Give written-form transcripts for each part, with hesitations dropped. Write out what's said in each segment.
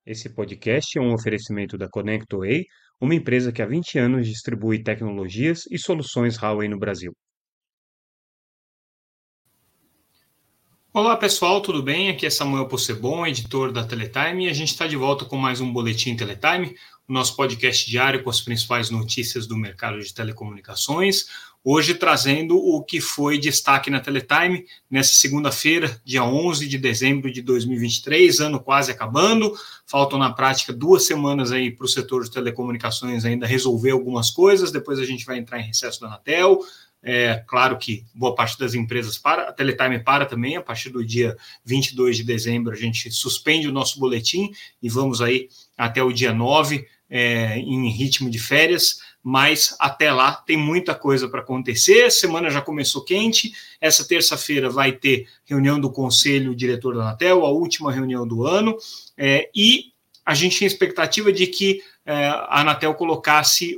Esse podcast é um oferecimento da ConnectWay, uma empresa que há 20 anos distribui tecnologias e soluções Huawei no Brasil. Olá pessoal, tudo bem? Aqui é Samuel Possebon, editor da Teletime, e a gente está de volta com mais um Boletim Teletime, o nosso podcast diário com as principais notícias do mercado de telecomunicações. Hoje trazendo o que foi destaque na Teletime nessa segunda-feira, dia 11 de dezembro de 2023, ano quase acabando. Faltam na prática 2 semanas aí para o setor de telecomunicações ainda resolver algumas coisas, depois a gente vai entrar em recesso da Anatel. É claro que boa parte das empresas para, a Teletime para também, a partir do dia 22 de dezembro a gente suspende o nosso boletim e vamos aí até o dia 9 em ritmo de férias, mas até lá tem muita coisa para acontecer, a semana já começou quente, essa terça-feira vai ter reunião do Conselho Diretor da Anatel, a última reunião do ano, e a gente tem expectativa de que a Anatel colocasse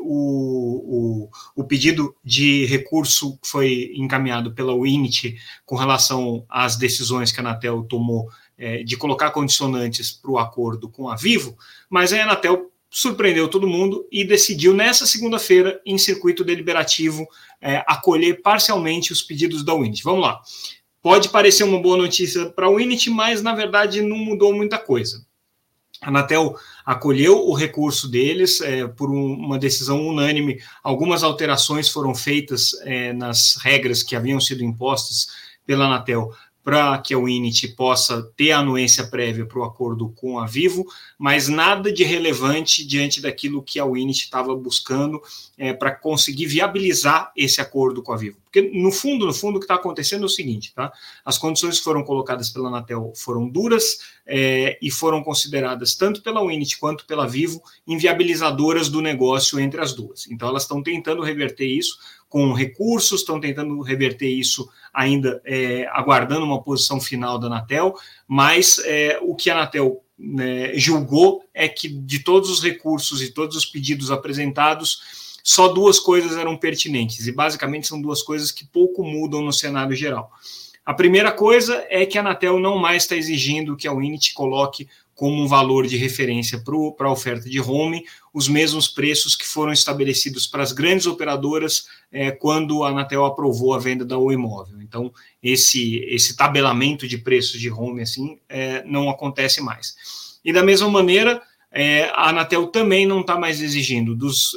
o pedido de recurso que foi encaminhado pela Winit com relação às decisões que a Anatel tomou de colocar condicionantes para o acordo com a Vivo, mas a Anatel surpreendeu todo mundo e decidiu nessa segunda-feira, em circuito deliberativo, acolher parcialmente os pedidos da Winit. Vamos lá. Pode parecer uma boa notícia para a Winit, mas na verdade não mudou muita coisa. A Anatel acolheu o recurso deles por uma decisão unânime. Algumas alterações foram feitas nas regras que haviam sido impostas pela Anatel para que a Winit possa ter a anuência prévia para o acordo com a Vivo, mas nada de relevante diante daquilo que a Winit estava buscando para conseguir viabilizar esse acordo com a Vivo. Porque, no fundo, o que está acontecendo é o seguinte, tá? As condições que foram colocadas pela Anatel foram duras e foram consideradas, tanto pela Winit quanto pela Vivo, inviabilizadoras do negócio entre as duas. Então, elas estão tentando reverter isso com recursos, estão tentando reverter isso ainda aguardando uma posição final da Anatel, mas o que a Anatel julgou é que de todos os recursos e todos os pedidos apresentados, só duas coisas eram pertinentes, e basicamente são duas coisas que pouco mudam no cenário geral. A primeira coisa é que a Anatel não mais está exigindo que a Winit coloque como um valor de referência para a oferta de roaming os mesmos preços que foram estabelecidos para as grandes operadoras quando a Anatel aprovou a venda da Oi Móvel. Então, esse tabelamento de preços de roaming assim, não acontece mais. E da mesma maneira, a Anatel também não está mais exigindo dos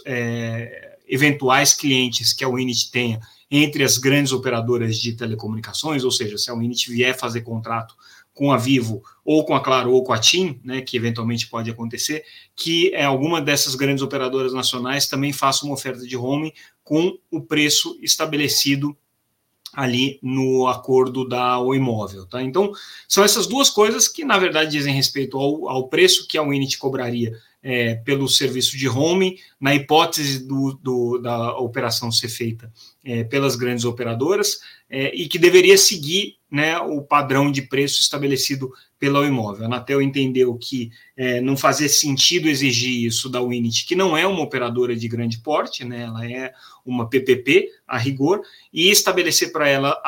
eventuais clientes que a Winit tenha entre as grandes operadoras de telecomunicações, ou seja, se a Winit vier fazer contrato com a Vivo, ou com a Claro, ou com a TIM, né, que eventualmente pode acontecer, que alguma dessas grandes operadoras nacionais também faça uma oferta de roaming com o preço estabelecido ali no acordo da Oi Móvel. Tá? Então, são essas duas coisas que, na verdade, dizem respeito ao preço que a Winit cobraria pelo serviço de roaming, na hipótese da operação ser feita pelas grandes operadoras, e que deveria seguir, né, o padrão de preço estabelecido pela Oi Móvel. A Anatel entendeu que não fazia sentido exigir isso da Winit, que não é uma operadora de grande porte, né, ela é uma PPP, a rigor, e estabelecer para ela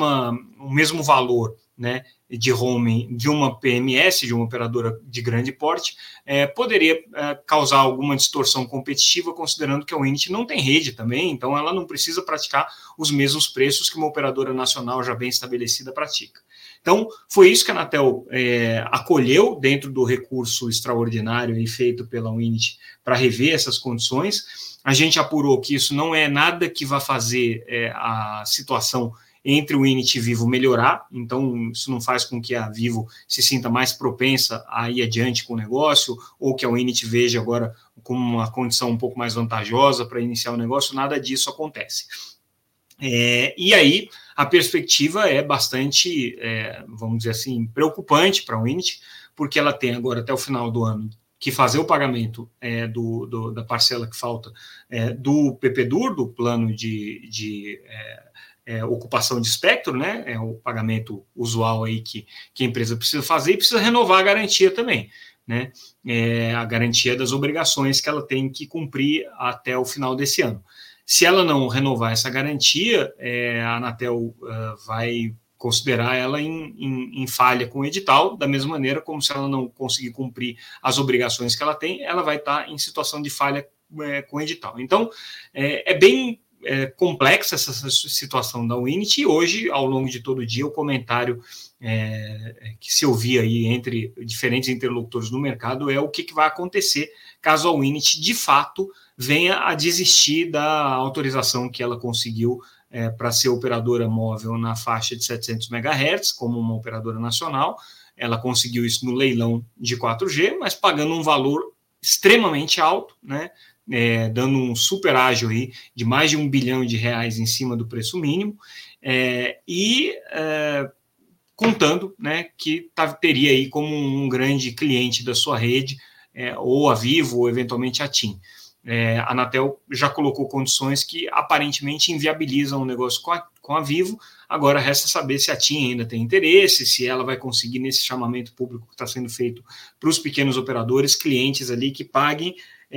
o mesmo valor, né, de roaming de uma PMS, de uma operadora de grande porte, poderia causar alguma distorção competitiva, considerando que a Winit não tem rede também, então ela não precisa praticar os mesmos preços que uma operadora nacional já bem estabelecida pratica. Então, foi isso que a Anatel acolheu dentro do recurso extraordinário feito pela Winit para rever essas condições. A gente apurou que isso não é nada que vá fazer a situação entre o Winit e Vivo melhorar, então isso não faz com que a Vivo se sinta mais propensa a ir adiante com o negócio, ou que a Winit veja agora como uma condição um pouco mais vantajosa para iniciar o negócio, nada disso acontece. E aí a perspectiva é bastante, vamos dizer assim, preocupante para a Winit, porque ela tem agora até o final do ano que fazer o pagamento da parcela que falta do PPDUR, do plano de ocupação de espectro, né? É o pagamento usual aí que a empresa precisa fazer, e precisa renovar a garantia também, né? A garantia das obrigações que ela tem que cumprir até o final desse ano. Se ela não renovar essa garantia, a Anatel vai considerar ela em falha com o edital, da mesma maneira como se ela não conseguir cumprir as obrigações que ela tem, ela vai estar em situação de falha com o edital. Então, é bem complexa essa situação da Winit, e hoje, ao longo de todo o dia, o comentário que se ouvia aí entre diferentes interlocutores no mercado é o que vai acontecer caso a Winit, de fato, venha a desistir da autorização que ela conseguiu para ser operadora móvel na faixa de 700 MHz, como uma operadora nacional. Ela conseguiu isso no leilão de 4G, mas pagando um valor extremamente alto, né? Dando um super ágio aí de mais de R$1 bilhão em cima do preço mínimo, contando, né, que teria aí como um grande cliente da sua rede, ou a Vivo, ou eventualmente a TIM. A Anatel já colocou condições que aparentemente inviabilizam o negócio com a Vivo. Agora resta saber se a TIM ainda tem interesse, se ela vai conseguir, nesse chamamento público que está sendo feito para os pequenos operadores, clientes ali que paguem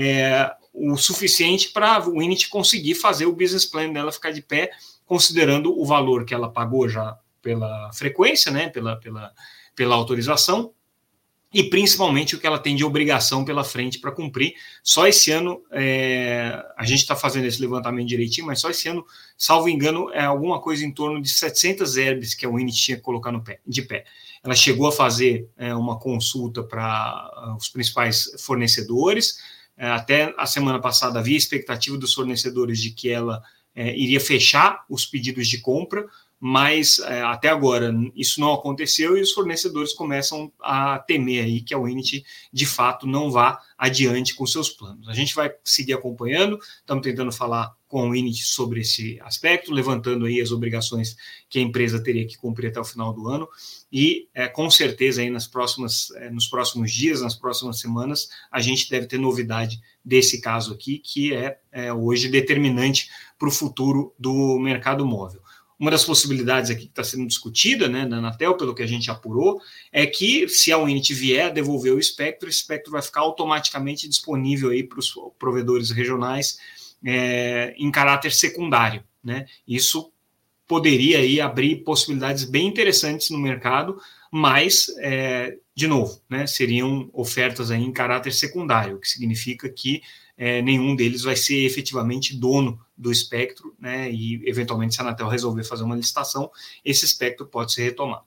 o suficiente para a Winit conseguir fazer o business plan dela ficar de pé, considerando o valor que ela pagou já pela frequência, né, pela autorização, e principalmente o que ela tem de obrigação pela frente para cumprir. Só esse ano, a gente está fazendo esse levantamento direitinho, mas só esse ano, salvo engano, é alguma coisa em torno de 700 herbes que a Winit tinha que colocar de pé. Ela chegou a fazer uma consulta para os principais fornecedores. Até a semana passada havia expectativa dos fornecedores de que ela iria fechar os pedidos de compra, mas até agora isso não aconteceu e os fornecedores começam a temer aí que a Winit de fato não vá adiante com seus planos. A gente vai seguir acompanhando, estamos tentando falar com a Winit sobre esse aspecto, levantando aí as obrigações que a empresa teria que cumprir até o final do ano, e com certeza aí nos próximos dias, nas próximas semanas, a gente deve ter novidade desse caso aqui, que é hoje determinante para o futuro do mercado móvel. Uma das possibilidades aqui que está sendo discutida, né, na Anatel, pelo que a gente apurou, é que se a Winit vier a devolver o espectro vai ficar automaticamente disponível aí para os provedores regionais em caráter secundário, né? Isso poderia aí abrir possibilidades bem interessantes no mercado, mas, de novo, né, seriam ofertas aí em caráter secundário, o que significa que nenhum deles vai ser efetivamente dono do espectro, né, e eventualmente se a Anatel resolver fazer uma licitação, esse espectro pode ser retomado.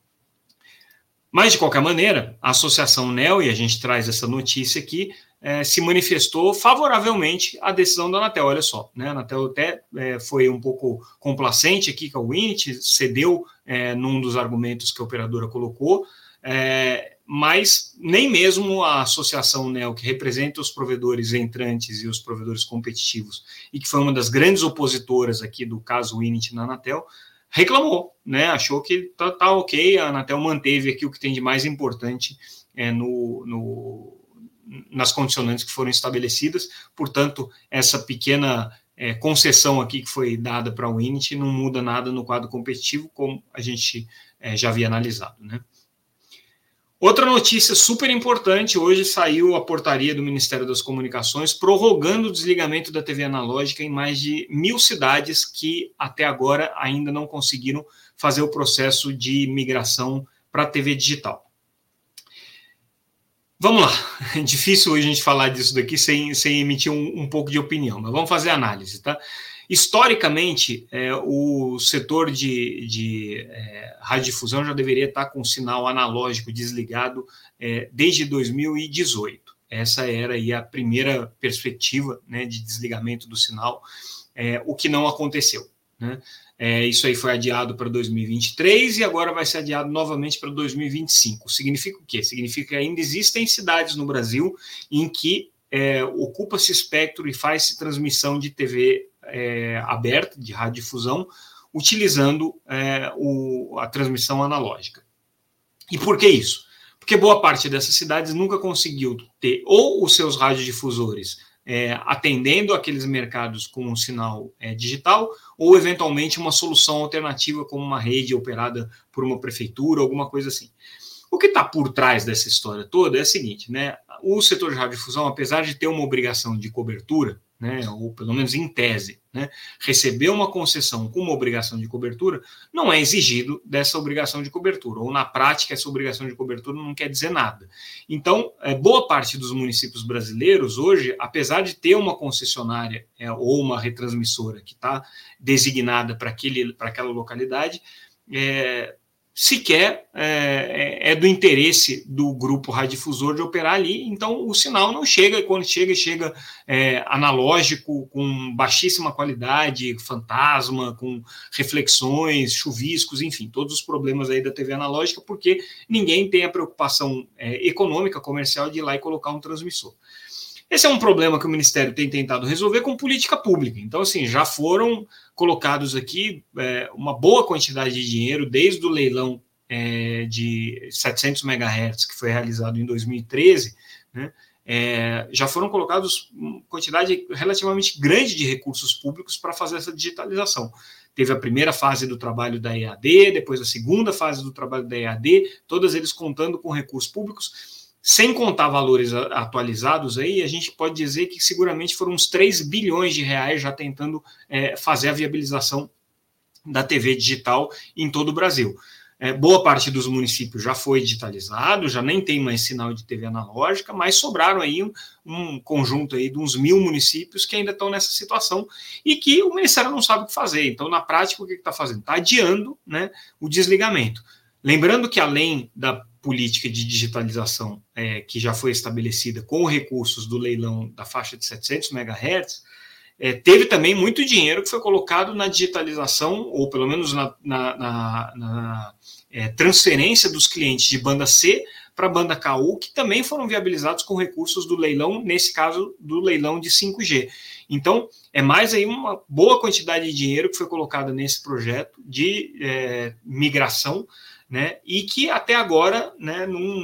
Mas, de qualquer maneira, a Associação NEL, e a gente traz essa notícia aqui, se manifestou favoravelmente à decisão da Anatel. Olha só, né? A Anatel até foi um pouco complacente aqui com a Winit, cedeu num dos argumentos que a operadora colocou, mas nem mesmo a Associação NEL, que representa os provedores entrantes e os provedores competitivos, e que foi uma das grandes opositoras aqui do caso Winit na Anatel, reclamou, né? Achou que tá ok, a Anatel manteve aqui o que tem de mais importante nas condicionantes que foram estabelecidas. Portanto, essa pequena concessão aqui que foi dada para a Winit não muda nada no quadro competitivo, como a gente já havia analisado, né? Outra notícia super importante, hoje saiu a portaria do Ministério das Comunicações prorrogando o desligamento da TV analógica em mais de 1.000 cidades que até agora ainda não conseguiram fazer o processo de migração para a TV digital. Vamos lá, é difícil hoje a gente falar disso daqui sem emitir um pouco de opinião, mas vamos fazer análise, tá? Historicamente, o setor de radiodifusão já deveria estar com o sinal analógico desligado desde 2018. Essa era aí a primeira perspectiva, né, de desligamento do sinal, o que não aconteceu, né? Isso aí foi adiado para 2023 e agora vai ser adiado novamente para 2025. Significa o quê? Significa que ainda existem cidades no Brasil em que ocupa-se espectro e faz-se transmissão de TV aberta, de radiodifusão, utilizando a transmissão analógica. E por que isso? Porque boa parte dessas cidades nunca conseguiu ter ou os seus radiodifusores atendendo aqueles mercados com um sinal digital, ou eventualmente uma solução alternativa como uma rede operada por uma prefeitura, alguma coisa assim. O que está por trás dessa história toda é o seguinte, né? O setor de radiodifusão, apesar de ter uma obrigação de cobertura, né, ou pelo menos em tese, né, receber uma concessão com uma obrigação de cobertura, não é exigido dessa obrigação de cobertura, ou na prática essa obrigação de cobertura não quer dizer nada. Então, boa parte dos municípios brasileiros hoje, apesar de ter uma concessionária ou uma retransmissora que está designada para aquela localidade, sequer é do interesse do grupo radiodifusor de operar ali, então o sinal não chega, e quando chega analógico, com baixíssima qualidade, fantasma, com reflexões, chuviscos, enfim, todos os problemas aí da TV analógica, porque ninguém tem a preocupação econômica, comercial de ir lá e colocar um transmissor. Esse é um problema que o Ministério tem tentado resolver com política pública. Então, assim, já foram colocados aqui uma boa quantidade de dinheiro, desde o leilão de 700 MHz, que foi realizado em 2013, né, já foram colocados uma quantidade relativamente grande de recursos públicos para fazer essa digitalização. Teve a primeira fase do trabalho da EAD, depois a segunda fase do trabalho da EAD, todos eles contando com recursos públicos. Sem contar valores atualizados aí, a gente pode dizer que seguramente foram uns 3 bilhões de reais já tentando fazer a viabilização da TV digital em todo o Brasil. Boa parte dos municípios já foi digitalizado, já nem tem mais sinal de TV analógica, mas sobraram aí um conjunto aí de uns 1.000 municípios que ainda estão nessa situação e que o Ministério não sabe o que fazer. Então, na prática, o que está fazendo? Está adiando, né, o desligamento. Lembrando que, além da política de digitalização que já foi estabelecida com recursos do leilão da faixa de 700 MHz, teve também muito dinheiro que foi colocado na digitalização, ou pelo menos na transferência dos clientes de banda C para a banda KU, que também foram viabilizados com recursos do leilão, nesse caso, do leilão de 5G. Então, é mais aí uma boa quantidade de dinheiro que foi colocada nesse projeto de migração, né, e que até agora, né,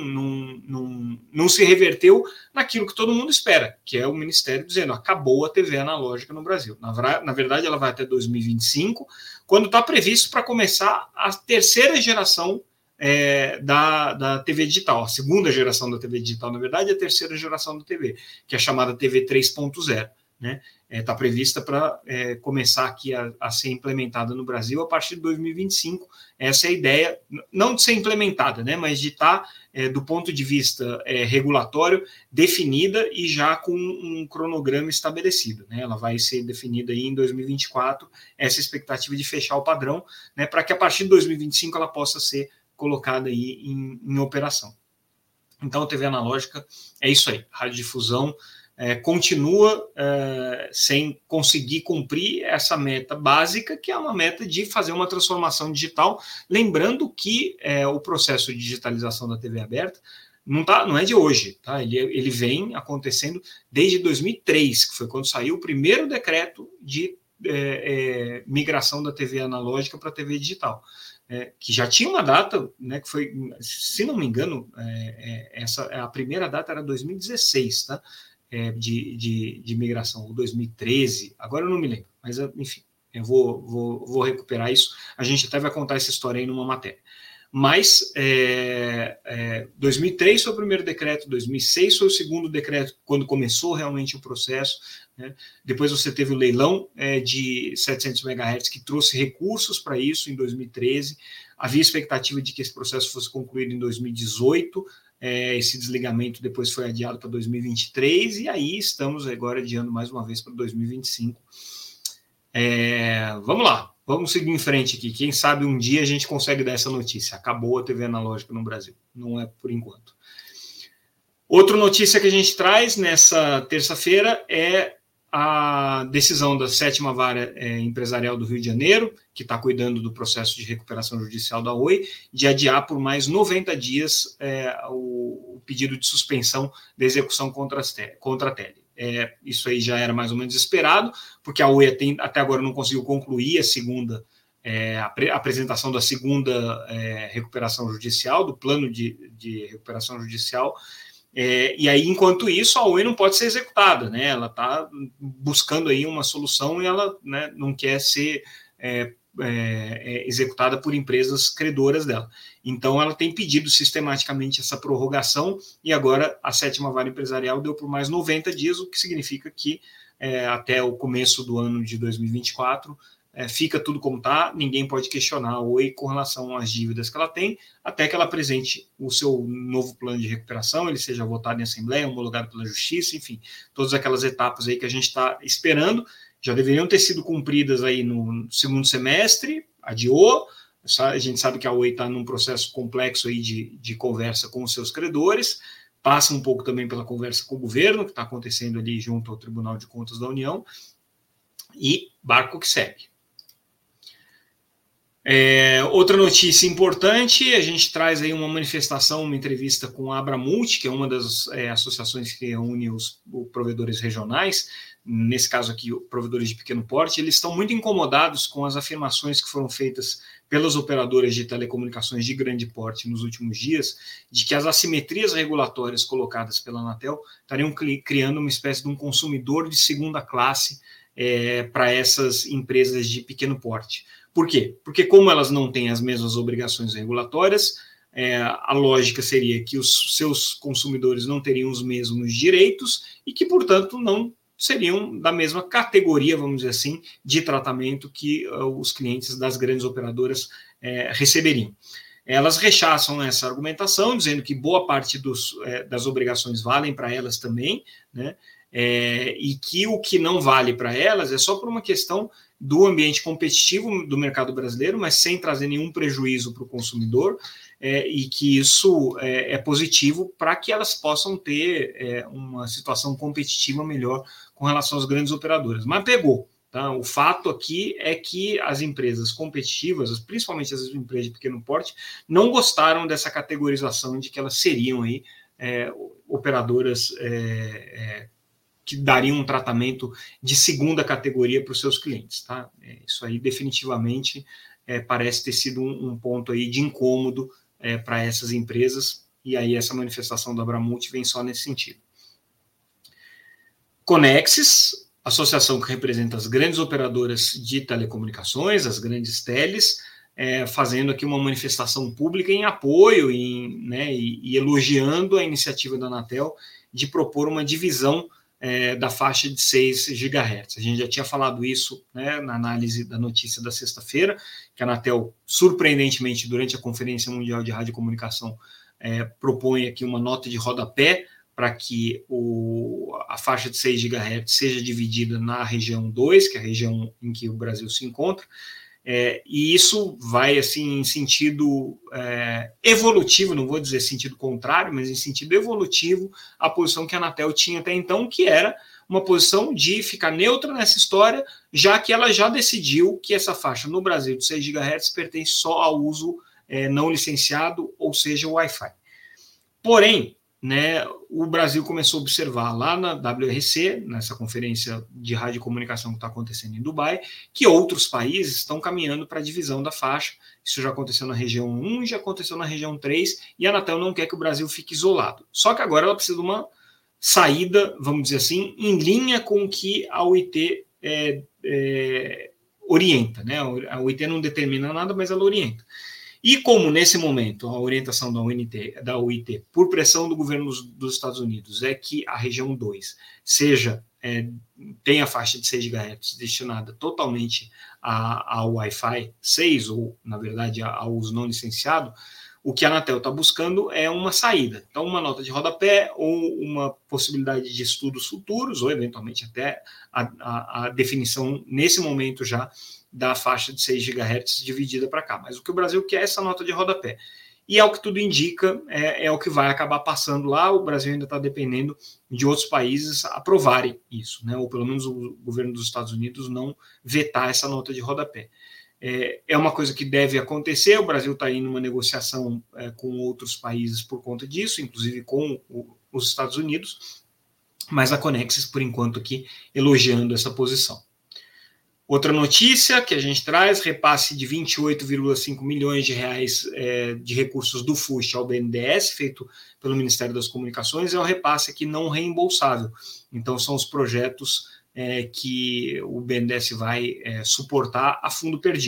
não se reverteu naquilo que todo mundo espera, que é o Ministério dizendo acabou a TV analógica no Brasil. Na verdade, ela vai até 2025, quando está previsto para começar a terceira geração da TV digital, a segunda geração da TV digital, na verdade, a terceira geração da TV, que é a chamada TV 3.0, né? Está prevista para começar aqui a ser implementada no Brasil a partir de 2025. Essa é a ideia, não de ser implementada, né, mas de estar, do ponto de vista regulatório, definida e já com um cronograma estabelecido, né? Ela vai ser definida aí em 2024, essa expectativa de fechar o padrão, né, para que a partir de 2025 ela possa ser colocada aí em operação. Então, a TV analógica é isso aí, radiodifusão continua sem conseguir cumprir essa meta básica, que é uma meta de fazer uma transformação digital. Lembrando que o processo de digitalização da TV aberta não é de hoje, tá? Ele vem acontecendo desde 2003, que foi quando saiu o primeiro decreto de migração da TV analógica para a TV digital. Que já tinha uma data, né, que foi, se não me engano, a primeira data era 2016, tá? De migração, ou 2013, agora eu não me lembro, mas enfim, eu vou recuperar isso, a gente até vai contar essa história aí numa matéria. Mas 2003 foi o primeiro decreto, 2006 foi o segundo decreto, quando começou realmente o processo, né? Depois você teve o leilão de 700 MHz, que trouxe recursos para isso em 2013, havia expectativa de que esse processo fosse concluído em 2018, esse desligamento depois foi adiado para 2023, e aí estamos agora adiando mais uma vez para 2025. Vamos lá, vamos seguir em frente aqui. Quem sabe um dia a gente consegue dar essa notícia. Acabou a TV analógica no Brasil. Não é por enquanto. Outra notícia que a gente traz nessa terça-feira é a decisão da 7ª Vara Empresarial do Rio de Janeiro, que está cuidando do processo de recuperação judicial da Oi, de adiar por mais 90 dias o pedido de suspensão da execução contra a Tele. Isso aí já era mais ou menos esperado, porque a Oi até agora não conseguiu concluir a apresentação da segunda recuperação judicial, do plano de recuperação judicial. E aí, enquanto isso, a Oi não pode ser executada, né? Ela está buscando aí uma solução e ela, né, não quer ser executada por empresas credoras dela. Então, ela tem pedido sistematicamente essa prorrogação e agora a sétima vara empresarial deu por mais 90 dias, o que significa que até o começo do ano de 2024 fica tudo como está, ninguém pode questionar a Oi com relação às dívidas que ela tem, até que ela apresente o seu novo plano de recuperação, ele seja votado em assembleia, homologado pela justiça, enfim, todas aquelas etapas aí que a gente está esperando, já deveriam ter sido cumpridas aí no segundo semestre, adiou, a gente sabe que a Oi está num processo complexo aí de conversa com os seus credores, passa um pouco também pela conversa com o governo, que está acontecendo ali junto ao Tribunal de Contas da União, e barco que segue. Outra notícia importante, a gente traz aí uma manifestação, uma entrevista com a Abramult, que é uma das associações que reúne os provedores regionais, nesse caso aqui, provedores de pequeno porte, eles estão muito incomodados com as afirmações que foram feitas pelas operadoras de telecomunicações de grande porte nos últimos dias, de que as assimetrias regulatórias colocadas pela Anatel estariam criando uma espécie de um consumidor de segunda classe para essas empresas de pequeno porte. Por quê? Porque como elas não têm as mesmas obrigações regulatórias, a lógica seria que os seus consumidores não teriam os mesmos direitos e que, portanto, não seriam da mesma categoria, vamos dizer assim, de tratamento que os clientes das grandes operadoras receberiam. Elas rechaçam essa argumentação, dizendo que boa parte das obrigações valem para elas também, né? E que o que não vale para elas é só por uma questão do ambiente competitivo do mercado brasileiro, mas sem trazer nenhum prejuízo para o consumidor, e que isso é positivo para que elas possam ter uma situação competitiva melhor com relação às grandes operadoras. Mas pegou. Tá? O fato aqui é que as empresas competitivas, principalmente as empresas de pequeno porte, não gostaram dessa categorização de que elas seriam aí, operadoras que dariam um tratamento de segunda categoria para os seus clientes. Tá? Isso aí definitivamente parece ter sido um ponto aí de incômodo para essas empresas, e aí essa manifestação da Abramult vem só nesse sentido. Conexis, associação que representa as grandes operadoras de telecomunicações, as grandes teles, fazendo aqui uma manifestação pública em apoio e elogiando a iniciativa da Anatel de propor uma divisão da faixa de 6 GHz. A gente já tinha falado isso, né, na análise da notícia da sexta-feira, que a Anatel, surpreendentemente, durante a Conferência Mundial de Radiocomunicação, propõe aqui uma nota de rodapé para que a faixa de 6 GHz seja dividida na região 2, que é a região em que o Brasil se encontra, e isso vai assim, em sentido evolutivo, não vou dizer sentido contrário, mas em sentido evolutivo, a posição que a Anatel tinha até então, que era uma posição de ficar neutra nessa história, já que ela já decidiu que essa faixa no Brasil de 6 GHz pertence só ao uso não licenciado, ou seja, o Wi-Fi. Porém, né, o Brasil começou a observar lá na WRC, nessa conferência de radiocomunicação que está acontecendo em Dubai, que outros países estão caminhando para a divisão da faixa. Isso já aconteceu na região 1, já aconteceu na região 3, e a Anatel não quer que o Brasil fique isolado. Só que agora ela precisa de uma saída, vamos dizer assim, em linha com o que a OIT orienta. Né? A OIT não determina nada, mas ela orienta. E como, nesse momento, a orientação da OIT, por pressão do governo dos Estados Unidos, é que a região 2 tenha a faixa de 6 GHz destinada totalmente ao Wi-Fi 6, ou, na verdade, ao uso não licenciado, o que a Anatel está buscando é uma saída. Então, uma nota de rodapé ou uma possibilidade de estudos futuros, ou, eventualmente, até a definição, nesse momento já, da faixa de 6 GHz dividida para cá. Mas o que o Brasil quer é essa nota de rodapé. E ao que tudo indica, é o que vai acabar passando lá. O Brasil ainda está dependendo de outros países aprovarem isso, né? Ou pelo menos o governo dos Estados Unidos não vetar essa nota de rodapé. É uma coisa que deve acontecer. O Brasil está aí numa negociação com outros países por conta disso, inclusive com os Estados Unidos, mas a Conexis, por enquanto, aqui elogiando essa posição. Outra notícia que a gente traz, repasse de 28,5 milhões de reais de recursos do FUST ao BNDES, feito pelo Ministério das Comunicações, é um repasse aqui não reembolsável. Então, são os projetos que o BNDES vai suportar a fundo perdido.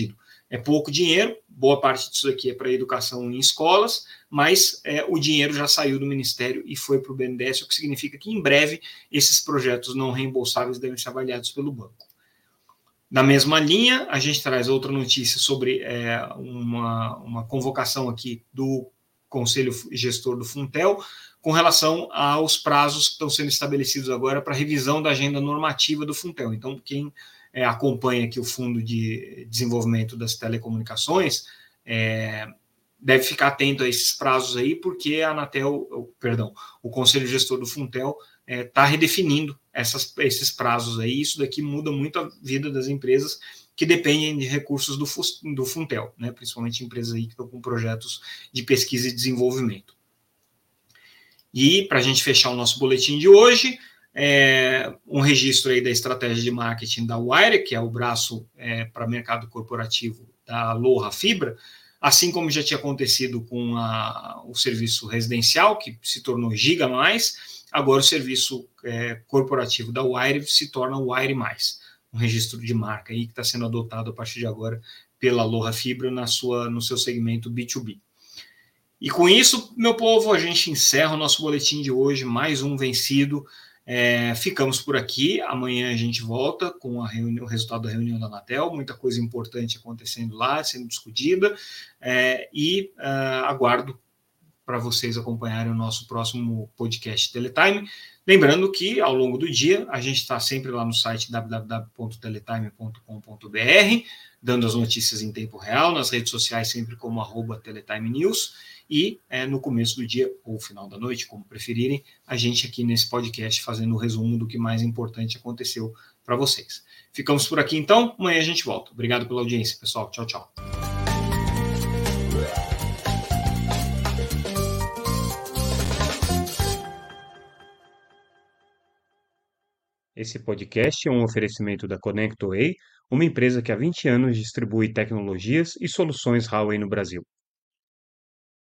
É pouco dinheiro, boa parte disso aqui é para educação em escolas, mas o dinheiro já saiu do Ministério e foi para o BNDES, o que significa que em breve esses projetos não reembolsáveis devem ser avaliados pelo banco. Na mesma linha, a gente traz outra notícia sobre uma convocação aqui do Conselho Gestor do Funtel, com relação aos prazos que estão sendo estabelecidos agora para revisão da agenda normativa do Funtel. Então, quem acompanha aqui o Fundo de Desenvolvimento das Telecomunicações deve ficar atento a esses prazos aí, porque a Anatel, o Conselho Gestor do Funtel está redefinindo esses prazos aí. Isso daqui muda muito a vida das empresas que dependem de recursos do Funtel, né? Principalmente empresas aí que estão com projetos de pesquisa e desenvolvimento. E para a gente fechar o nosso boletim de hoje, um registro aí da estratégia de marketing da Wire, que é o braço para mercado corporativo da Aloha Fibra, assim como já tinha acontecido com o serviço residencial, que se tornou Giga+, agora o serviço corporativo da Wire se torna Wire+, um registro de marca aí que está sendo adotado a partir de agora pela Aloha Fibra no seu segmento B2B. E com isso, meu povo, a gente encerra o nosso boletim de hoje, mais um vencido. Ficamos por aqui, amanhã a gente volta com o resultado da reunião da Anatel, muita coisa importante acontecendo lá, sendo discutida, e aguardo para vocês acompanharem o nosso próximo podcast Teletime. Lembrando que, ao longo do dia, a gente está sempre lá no site www.teletime.com.br, dando as notícias em tempo real, nas redes sociais sempre como @TeletimeNews, e no começo do dia, ou final da noite, como preferirem, a gente aqui nesse podcast fazendo o resumo do que mais importante aconteceu para vocês. Ficamos por aqui então, amanhã a gente volta. Obrigado pela audiência, pessoal. Tchau, tchau. Esse podcast é um oferecimento da ConnectWay, uma empresa que há 20 anos distribui tecnologias e soluções Huawei no Brasil.